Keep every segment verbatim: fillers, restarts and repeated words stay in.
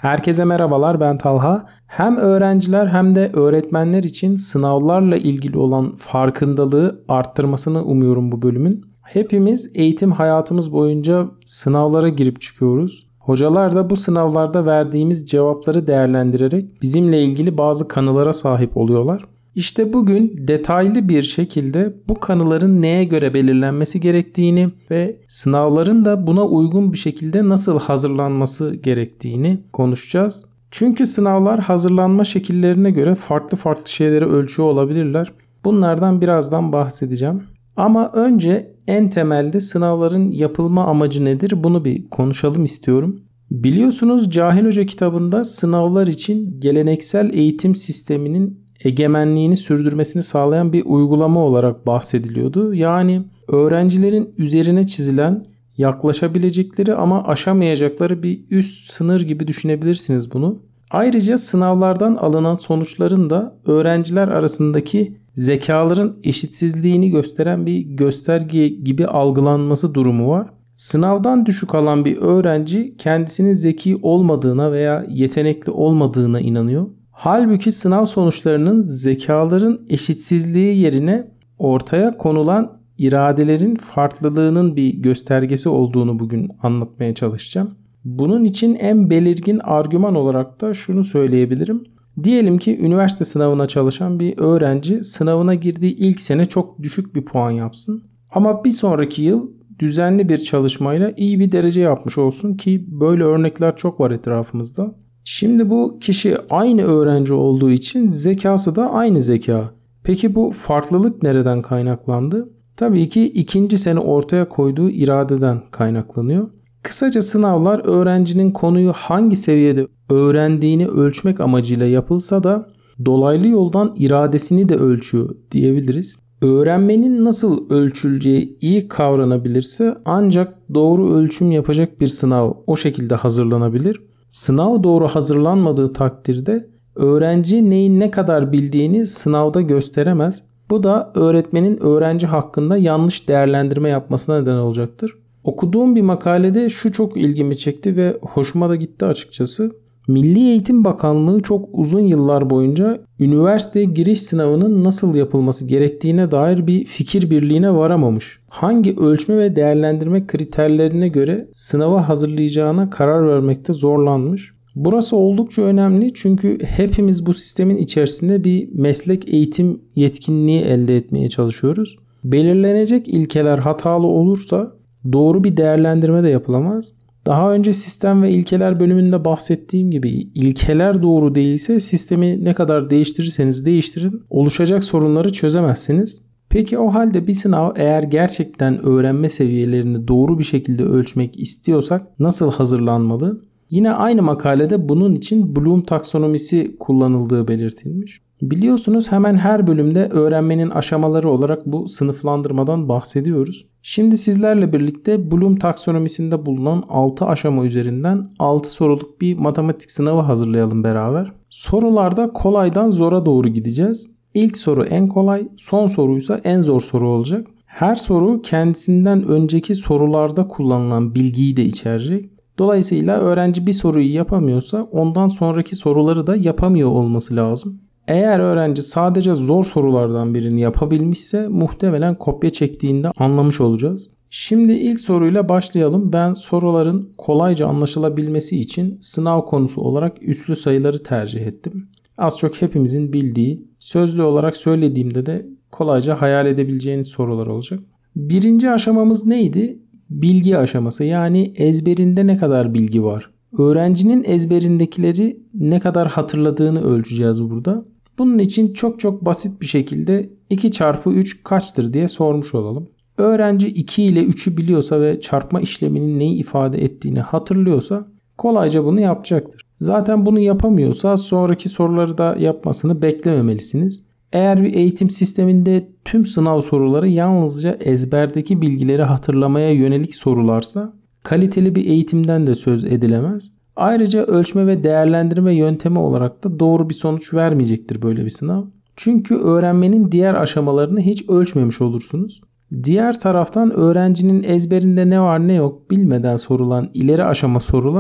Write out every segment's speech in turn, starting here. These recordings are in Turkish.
Herkese merhabalar, ben Talha. Hem öğrenciler hem de öğretmenler için sınavlarla ilgili olan farkındalığı arttırmasını umuyorum bu bölümün. Hepimiz eğitim hayatımız boyunca sınavlara girip çıkıyoruz. Hocalar da bu sınavlarda verdiğimiz cevapları değerlendirerek bizimle ilgili bazı kanılara sahip oluyorlar. İşte bugün detaylı bir şekilde bu kanıların neye göre belirlenmesi gerektiğini ve sınavların da buna uygun bir şekilde nasıl hazırlanması gerektiğini konuşacağız. Çünkü sınavlar hazırlanma şekillerine göre farklı farklı şeyleri ölçüyor olabilirler. Bunlardan birazdan bahsedeceğim. Ama önce en temelde sınavların yapılma amacı nedir? Bunu bir konuşalım istiyorum. Biliyorsunuz Cahil Hoca kitabında sınavlar için geleneksel eğitim sisteminin egemenliğini sürdürmesini sağlayan bir uygulama olarak bahsediliyordu. Yani öğrencilerin üzerine çizilen, yaklaşabilecekleri ama aşamayacakları bir üst sınır gibi düşünebilirsiniz bunu. Ayrıca sınavlardan alınan sonuçların da öğrenciler arasındaki zekaların eşitsizliğini gösteren bir gösterge gibi algılanması durumu var. Sınavdan düşük alan bir öğrenci kendisinin zeki olmadığına veya yetenekli olmadığına inanıyor. Halbuki sınav sonuçlarının zekaların eşitsizliği yerine ortaya konulan iradelerin farklılığının bir göstergesi olduğunu bugün anlatmaya çalışacağım. Bunun için en belirgin argüman olarak da şunu söyleyebilirim. Diyelim ki üniversite sınavına çalışan bir öğrenci sınavına girdiği ilk sene çok düşük bir puan yapsın. Ama bir sonraki yıl düzenli bir çalışmayla iyi bir derece yapmış olsun ki böyle örnekler çok var etrafımızda. Şimdi bu kişi aynı öğrenci olduğu için zekası da aynı zeka. Peki bu farklılık nereden kaynaklandı? Tabii ki ikinci sene ortaya koyduğu iradeden kaynaklanıyor. Kısaca sınavlar öğrencinin konuyu hangi seviyede öğrendiğini ölçmek amacıyla yapılsa da dolaylı yoldan iradesini de ölçüyor diyebiliriz. Öğrenmenin nasıl ölçüleceği iyi kavranabilirse ancak doğru ölçüm yapacak bir sınav o şekilde hazırlanabilir. Sınav doğru hazırlanmadığı takdirde öğrenci neyin ne kadar bildiğini sınavda gösteremez. Bu da öğretmenin öğrenci hakkında yanlış değerlendirme yapmasına neden olacaktır. Okuduğum bir makalede şu çok ilgimi çekti ve hoşuma da gitti açıkçası. Milli Eğitim Bakanlığı çok uzun yıllar boyunca üniversite giriş sınavının nasıl yapılması gerektiğine dair bir fikir birliğine varamamış. Hangi ölçme ve değerlendirme kriterlerine göre sınava hazırlayacağına karar vermekte zorlanmış. Burası oldukça önemli çünkü hepimiz bu sistemin içerisinde bir meslek eğitim yetkinliği elde etmeye çalışıyoruz. Belirlenecek ilkeler hatalı olursa doğru bir değerlendirme de yapılamaz. Daha önce sistem ve ilkeler bölümünde bahsettiğim gibi ilkeler doğru değilse sistemi ne kadar değiştirirseniz değiştirin oluşacak sorunları çözemezsiniz. Peki o halde bir sınav eğer gerçekten öğrenme seviyelerini doğru bir şekilde ölçmek istiyorsak nasıl hazırlanmalı? Yine aynı makalede bunun için Bloom taksonomisi kullanıldığı belirtilmiş. Biliyorsunuz hemen her bölümde öğrenmenin aşamaları olarak bu sınıflandırmadan bahsediyoruz. Şimdi sizlerle birlikte Bloom taksonomisinde bulunan altı aşama üzerinden altı soruluk bir matematik sınavı hazırlayalım beraber. Sorularda kolaydan zora doğru gideceğiz. İlk soru en kolay, son soruysa en zor soru olacak. Her soru kendisinden önceki sorularda kullanılan bilgiyi de içerecek. Dolayısıyla öğrenci bir soruyu yapamıyorsa ondan sonraki soruları da yapamıyor olması lazım. Eğer öğrenci sadece zor sorulardan birini yapabilmişse muhtemelen kopya çektiğinde anlamış olacağız. Şimdi ilk soruyla başlayalım. Ben soruların kolayca anlaşılabilmesi için sınav konusu olarak üslü sayıları tercih ettim. Az çok hepimizin bildiği, sözlü olarak söylediğimde de kolayca hayal edebileceğiniz sorular olacak. Birinci aşamamız neydi? Bilgi aşaması, yani ezberinde ne kadar bilgi var? Öğrencinin ezberindekileri ne kadar hatırladığını ölçeceğiz burada. Bunun için çok çok basit bir şekilde iki çarpı üç kaçtır diye sormuş olalım. Öğrenci iki ile üçü biliyorsa ve çarpma işleminin neyi ifade ettiğini hatırlıyorsa kolayca bunu yapacaktır. Zaten bunu yapamıyorsa sonraki soruları da yapmasını beklememelisiniz. Eğer bir eğitim sisteminde tüm sınav soruları yalnızca ezberdeki bilgileri hatırlamaya yönelik sorularsa kaliteli bir eğitimden de söz edilemez. Ayrıca ölçme ve değerlendirme yöntemi olarak da doğru bir sonuç vermeyecektir böyle bir sınav. Çünkü öğrenmenin diğer aşamalarını hiç ölçmemiş olursunuz. Diğer taraftan öğrencinin ezberinde ne var ne yok bilmeden sorulan ileri aşama sorular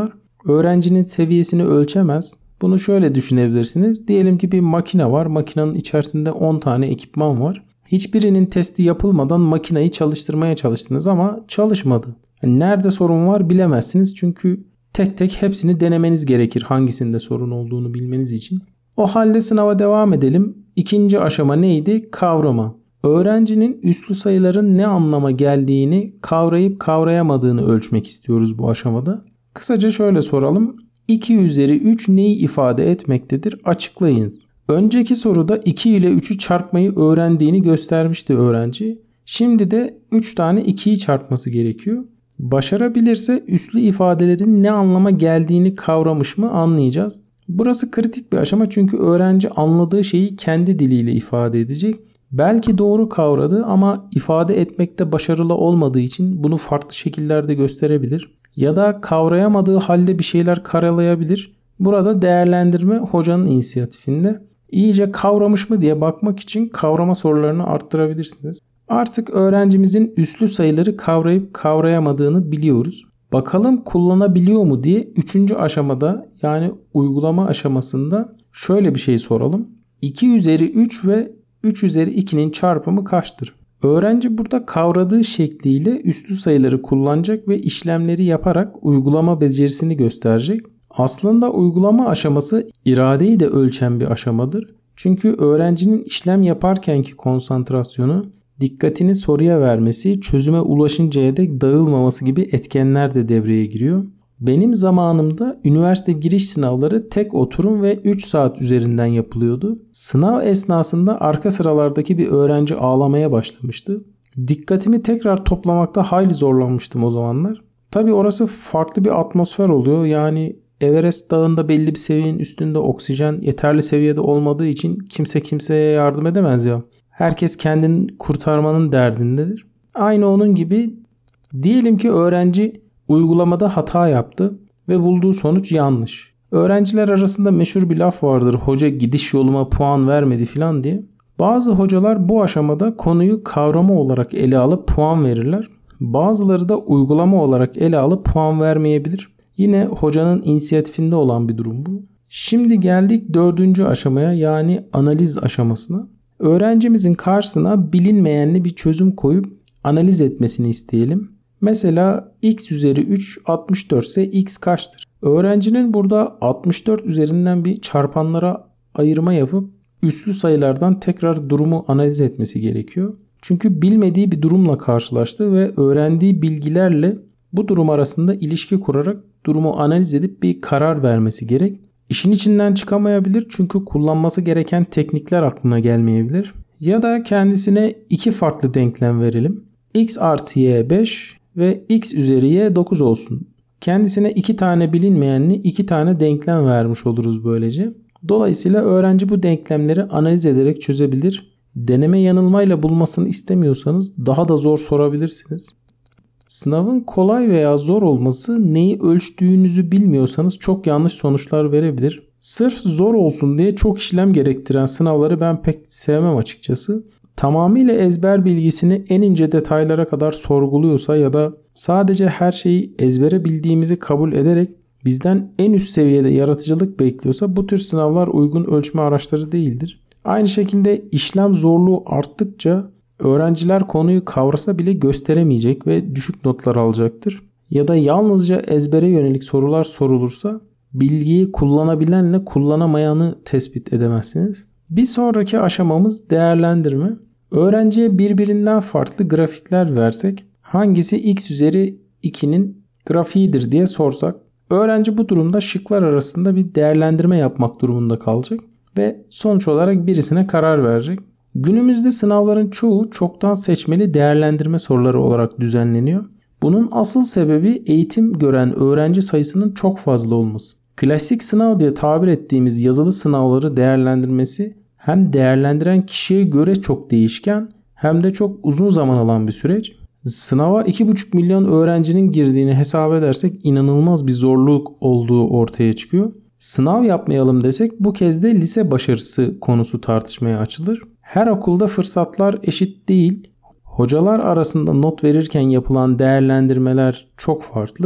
öğrencinin seviyesini ölçemez. Bunu şöyle düşünebilirsiniz. Diyelim ki bir makine var. Makinenin içerisinde on tane ekipman var. Hiçbirinin testi yapılmadan makineyi çalıştırmaya çalıştınız ama çalışmadı. Yani nerede sorun var bilemezsiniz. Çünkü tek tek hepsini denemeniz gerekir hangisinde sorun olduğunu bilmeniz için. O halde sınava devam edelim. İkinci aşama neydi? Kavrama. Öğrencinin üslü sayıların ne anlama geldiğini kavrayıp kavrayamadığını ölçmek istiyoruz bu aşamada. Kısaca şöyle soralım. iki üzeri üç neyi ifade etmektedir? Açıklayınız. Önceki soruda iki ile üçü çarpmayı öğrendiğini göstermişti öğrenci. Şimdi de üç tane ikiyi çarpması gerekiyor. Başarabilirse üslü ifadelerin ne anlama geldiğini kavramış mı anlayacağız. Burası kritik bir aşama çünkü öğrenci anladığı şeyi kendi diliyle ifade edecek. Belki doğru kavradı ama ifade etmekte başarılı olmadığı için bunu farklı şekillerde gösterebilir. Ya da kavrayamadığı halde bir şeyler karalayabilir. Burada değerlendirme hocanın inisiyatifinde. İyice kavramış mı diye bakmak için kavrama sorularını arttırabilirsiniz. Artık öğrencimizin üslü sayıları kavrayıp kavrayamadığını biliyoruz. Bakalım kullanabiliyor mu diye üçüncü aşamada yani uygulama aşamasında şöyle bir şey soralım. iki üzeri üç ve üç üzeri ikinin çarpımı kaçtır? Öğrenci burada kavradığı şekliyle üslü sayıları kullanacak ve işlemleri yaparak uygulama becerisini gösterecek. Aslında uygulama aşaması iradeyi de ölçen bir aşamadır. Çünkü öğrencinin işlem yaparkenki konsantrasyonu, dikkatini soruya vermesi, çözüme ulaşıncaya dek dağılmaması gibi etkenler de devreye giriyor. Benim zamanımda üniversite giriş sınavları tek oturum ve üç saat üzerinden yapılıyordu. Sınav esnasında arka sıralardaki bir öğrenci ağlamaya başlamıştı. Dikkatimi tekrar toplamakta hayli zorlanmıştım o zamanlar. Tabii orası farklı bir atmosfer oluyor. Yani Everest Dağı'nda belli bir seviyenin üstünde oksijen yeterli seviyede olmadığı için kimse kimseye yardım edemez ya. Herkes kendini kurtarmanın derdindedir. Aynı onun gibi diyelim ki öğrenci uygulamada hata yaptı ve bulduğu sonuç yanlış. Öğrenciler arasında meşhur bir laf vardır. Hoca gidiş yoluma puan vermedi filan diye. Bazı hocalar bu aşamada konuyu kavrama olarak ele alıp puan verirler. Bazıları da uygulama olarak ele alıp puan vermeyebilir. Yine hocanın inisiyatifinde olan bir durum bu. Şimdi geldik dördüncü aşamaya yani analiz aşamasına. Öğrencimizin karşısına bilinmeyenli bir çözüm koyup analiz etmesini isteyelim. Mesela x üzeri üç altmış dört ise x kaçtır? Öğrencinin burada altmış dört üzerinden bir çarpanlara ayırma yapıp üslü sayılardan tekrar durumu analiz etmesi gerekiyor. Çünkü bilmediği bir durumla karşılaştı ve öğrendiği bilgilerle bu durum arasında ilişki kurarak durumu analiz edip bir karar vermesi gerek. İşin içinden çıkamayabilir çünkü kullanması gereken teknikler aklına gelmeyebilir. Ya da kendisine iki farklı denklem verelim. X artı y beş ve x üzeri y dokuz olsun. Kendisine iki tane bilinmeyenli iki tane denklem vermiş oluruz böylece. Dolayısıyla öğrenci bu denklemleri analiz ederek çözebilir. Deneme yanılmayla bulmasını istemiyorsanız daha da zor sorabilirsiniz. Sınavın kolay veya zor olması neyi ölçtüğünüzü bilmiyorsanız çok yanlış sonuçlar verebilir. Sırf zor olsun diye çok işlem gerektiren sınavları ben pek sevmem açıkçası. Tamamıyla ezber bilgisini en ince detaylara kadar sorguluyorsa ya da sadece her şeyi ezbere bildiğimizi kabul ederek bizden en üst seviyede yaratıcılık bekliyorsa bu tür sınavlar uygun ölçme araçları değildir. Aynı şekilde işlem zorluğu arttıkça öğrenciler konuyu kavrasa bile gösteremeyecek ve düşük notlar alacaktır. Ya da yalnızca ezbere yönelik sorular sorulursa bilgiyi kullanabilenle kullanamayanı tespit edemezsiniz. Bir sonraki aşamamız değerlendirme. Öğrenciye birbirinden farklı grafikler versek hangisi x üzeri ikinin grafiğidir diye sorsak öğrenci bu durumda şıklar arasında bir değerlendirme yapmak durumunda kalacak ve sonuç olarak birisine karar verecek. Günümüzde sınavların çoğu çoktan seçmeli değerlendirme soruları olarak düzenleniyor. Bunun asıl sebebi eğitim gören öğrenci sayısının çok fazla olması. Klasik sınav diye tabir ettiğimiz yazılı sınavları değerlendirmesi hem değerlendiren kişiye göre çok değişken hem de çok uzun zaman alan bir süreç. Sınava iki buçuk milyon öğrencinin girdiğini hesap edersek inanılmaz bir zorluk olduğu ortaya çıkıyor. Sınav yapmayalım desek bu kez de lise başarısı konusu tartışmaya açılır. Her okulda fırsatlar eşit değil. Hocalar arasında not verirken yapılan değerlendirmeler çok farklı.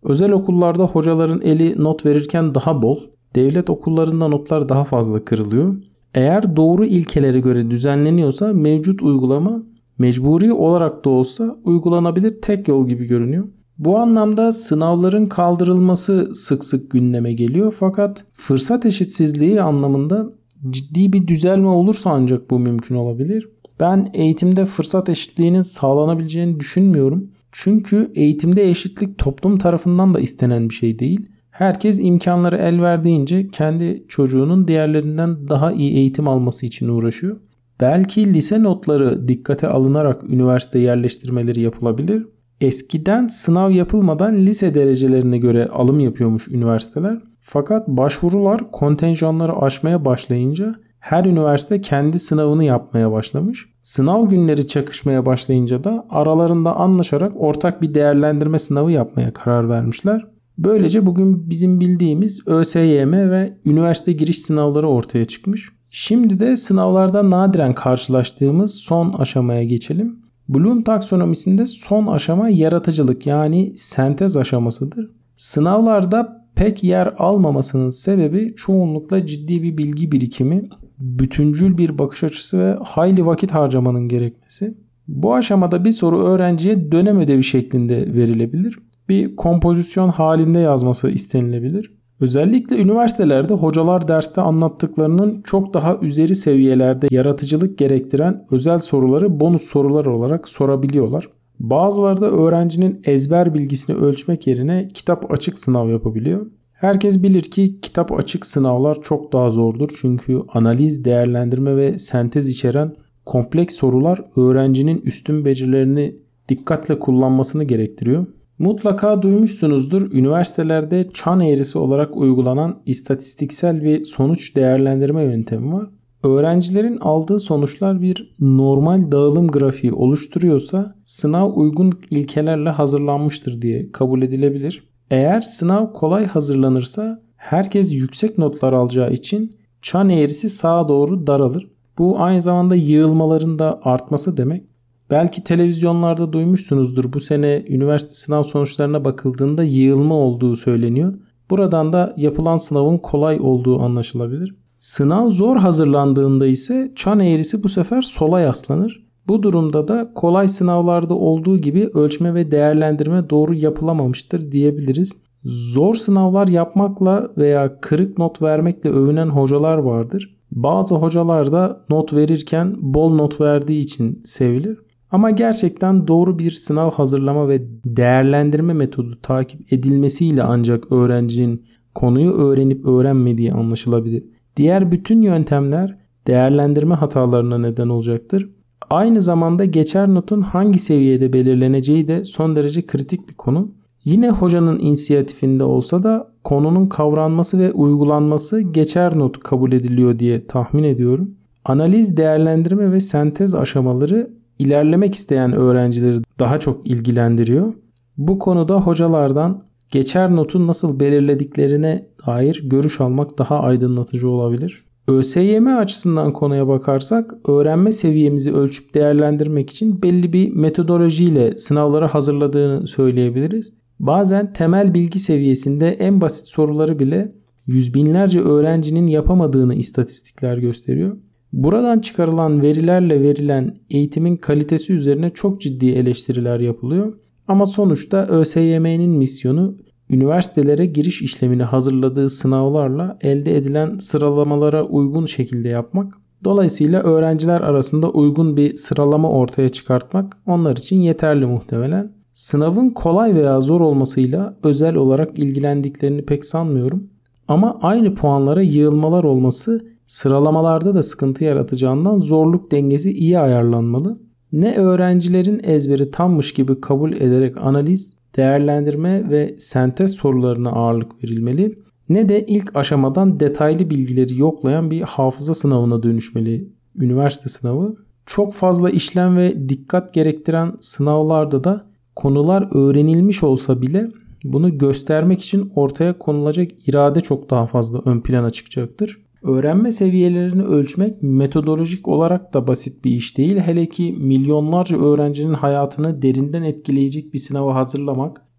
Özel okullarda hocaların eli not verirken daha bol, devlet okullarında notlar daha fazla kırılıyor. Eğer doğru ilkelere göre düzenleniyorsa mevcut uygulama mecburi olarak da olsa uygulanabilir tek yol gibi görünüyor. Bu anlamda sınavların kaldırılması sık sık gündeme geliyor, fakat fırsat eşitsizliği anlamında ciddi bir düzelme olursa ancak bu mümkün olabilir. Ben eğitimde fırsat eşitliğinin sağlanabileceğini düşünmüyorum. Çünkü eğitimde eşitlik toplum tarafından da istenen bir şey değil. Herkes imkanları el verdiğince kendi çocuğunun diğerlerinden daha iyi eğitim alması için uğraşıyor. Belki lise notları dikkate alınarak üniversite yerleştirmeleri yapılabilir. Eskiden sınav yapılmadan lise derecelerine göre alım yapıyormuş üniversiteler. Fakat başvurular kontenjanları aşmaya başlayınca her üniversite kendi sınavını yapmaya başlamış. Sınav günleri çakışmaya başlayınca da aralarında anlaşarak ortak bir değerlendirme sınavı yapmaya karar vermişler. Böylece bugün bizim bildiğimiz ÖSYM ve üniversite giriş sınavları ortaya çıkmış. Şimdi de sınavlarda nadiren karşılaştığımız son aşamaya geçelim. Bloom taksonomisinde son aşama yaratıcılık, yani sentez aşamasıdır. Sınavlarda pek yer almamasının sebebi çoğunlukla ciddi bir bilgi birikimi, bütüncül bir bakış açısı ve hayli vakit harcamanın gerekmesi. Bu aşamada bir soru öğrenciye dönem ödevi şeklinde verilebilir. Bir kompozisyon halinde yazması istenilebilir. Özellikle üniversitelerde hocalar derste anlattıklarının çok daha üzeri seviyelerde yaratıcılık gerektiren özel soruları bonus sorular olarak sorabiliyorlar. Bazıları da öğrencinin ezber bilgisini ölçmek yerine kitap açık sınav yapabiliyor. Herkes bilir ki kitap açık sınavlar çok daha zordur. Çünkü analiz, değerlendirme ve sentez içeren kompleks sorular öğrencinin üstün becerilerini dikkatle kullanmasını gerektiriyor. Mutlaka duymuşsunuzdur. Üniversitelerde çan eğrisi olarak uygulanan istatistiksel bir sonuç değerlendirme yöntemi var. Öğrencilerin aldığı sonuçlar bir normal dağılım grafiği oluşturuyorsa sınav uygun ilkelerle hazırlanmıştır diye kabul edilebilir. Eğer sınav kolay hazırlanırsa herkes yüksek notlar alacağı için çan eğrisi sağa doğru daralır. Bu aynı zamanda yığılmaların da artması demek. Belki televizyonlarda duymuşsunuzdur. Bu sene üniversite sınav sonuçlarına bakıldığında yığılma olduğu söyleniyor. Buradan da yapılan sınavın kolay olduğu anlaşılabilir. Sınav zor hazırlandığında ise çan eğrisi bu sefer sola yaslanır. Bu durumda da kolay sınavlarda olduğu gibi ölçme ve değerlendirme doğru yapılamamıştır diyebiliriz. Zor sınavlar yapmakla veya kırık not vermekle övünen hocalar vardır. Bazı hocalar da not verirken bol not verdiği için sevilir. Ama gerçekten doğru bir sınav hazırlama ve değerlendirme metodu takip edilmesiyle ancak öğrencinin konuyu öğrenip öğrenmediği anlaşılabilir. Diğer bütün yöntemler değerlendirme hatalarına neden olacaktır. Aynı zamanda geçer notun hangi seviyede belirleneceği de son derece kritik bir konu. Yine hocanın inisiyatifinde olsa da konunun kavranması ve uygulanması geçer not kabul ediliyor diye tahmin ediyorum. Analiz, değerlendirme ve sentez aşamaları ilerlemek isteyen öğrencileri daha çok ilgilendiriyor. Bu konuda hocalardan geçer notu nasıl belirlediklerine dair görüş almak daha aydınlatıcı olabilir. ÖSYM açısından konuya bakarsak öğrenme seviyemizi ölçüp değerlendirmek için belli bir metodolojiyle sınavları hazırladığını söyleyebiliriz. Bazen temel bilgi seviyesinde en basit soruları bile yüz binlerce öğrencinin yapamadığını istatistikler gösteriyor. Buradan çıkarılan verilerle verilen eğitimin kalitesi üzerine çok ciddi eleştiriler yapılıyor. Ama sonuçta ÖSYM'nin misyonu üniversitelere giriş işlemini hazırladığı sınavlarla elde edilen sıralamalara uygun şekilde yapmak. Dolayısıyla öğrenciler arasında uygun bir sıralama ortaya çıkartmak onlar için yeterli muhtemelen. Sınavın kolay veya zor olmasıyla özel olarak ilgilendiklerini pek sanmıyorum. Ama aynı puanlara yığılmalar olması sıralamalarda da sıkıntı yaratacağından zorluk dengesi iyi ayarlanmalı. Ne öğrencilerin ezberi tammış gibi kabul ederek analiz, değerlendirme ve sentez sorularına ağırlık verilmeli, ne de ilk aşamadan detaylı bilgileri yoklayan bir hafıza sınavına dönüşmeli üniversite sınavı. Çok fazla işlem ve dikkat gerektiren sınavlarda da konular öğrenilmiş olsa bile bunu göstermek için ortaya konulacak irade çok daha fazla ön plana çıkacaktır. Öğrenme seviyelerini ölçmek metodolojik olarak da basit bir iş değil. Hele ki milyonlarca öğrencinin hayatını derinden etkileyecek bir sınava hazırlamak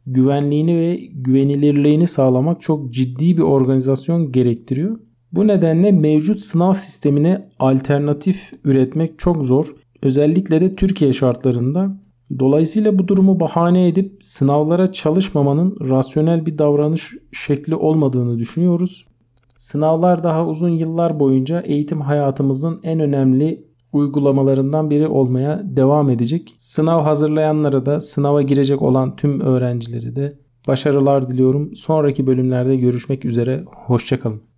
güvenliğini ve güvenilirliğini sağlamak çok ciddi bir organizasyon gerektiriyor. Bu nedenle mevcut sınav sistemine alternatif üretmek çok zor. Özellikle de Türkiye şartlarında. Dolayısıyla bu durumu bahane edip sınavlara çalışmamanın rasyonel bir davranış şekli olmadığını düşünüyoruz. Sınavlar daha uzun yıllar boyunca eğitim hayatımızın en önemli uygulamalarından biri olmaya devam edecek. Sınav hazırlayanlara da, sınava girecek olan tüm öğrencileri de başarılar diliyorum. Sonraki bölümlerde görüşmek üzere. Hoşça kalın.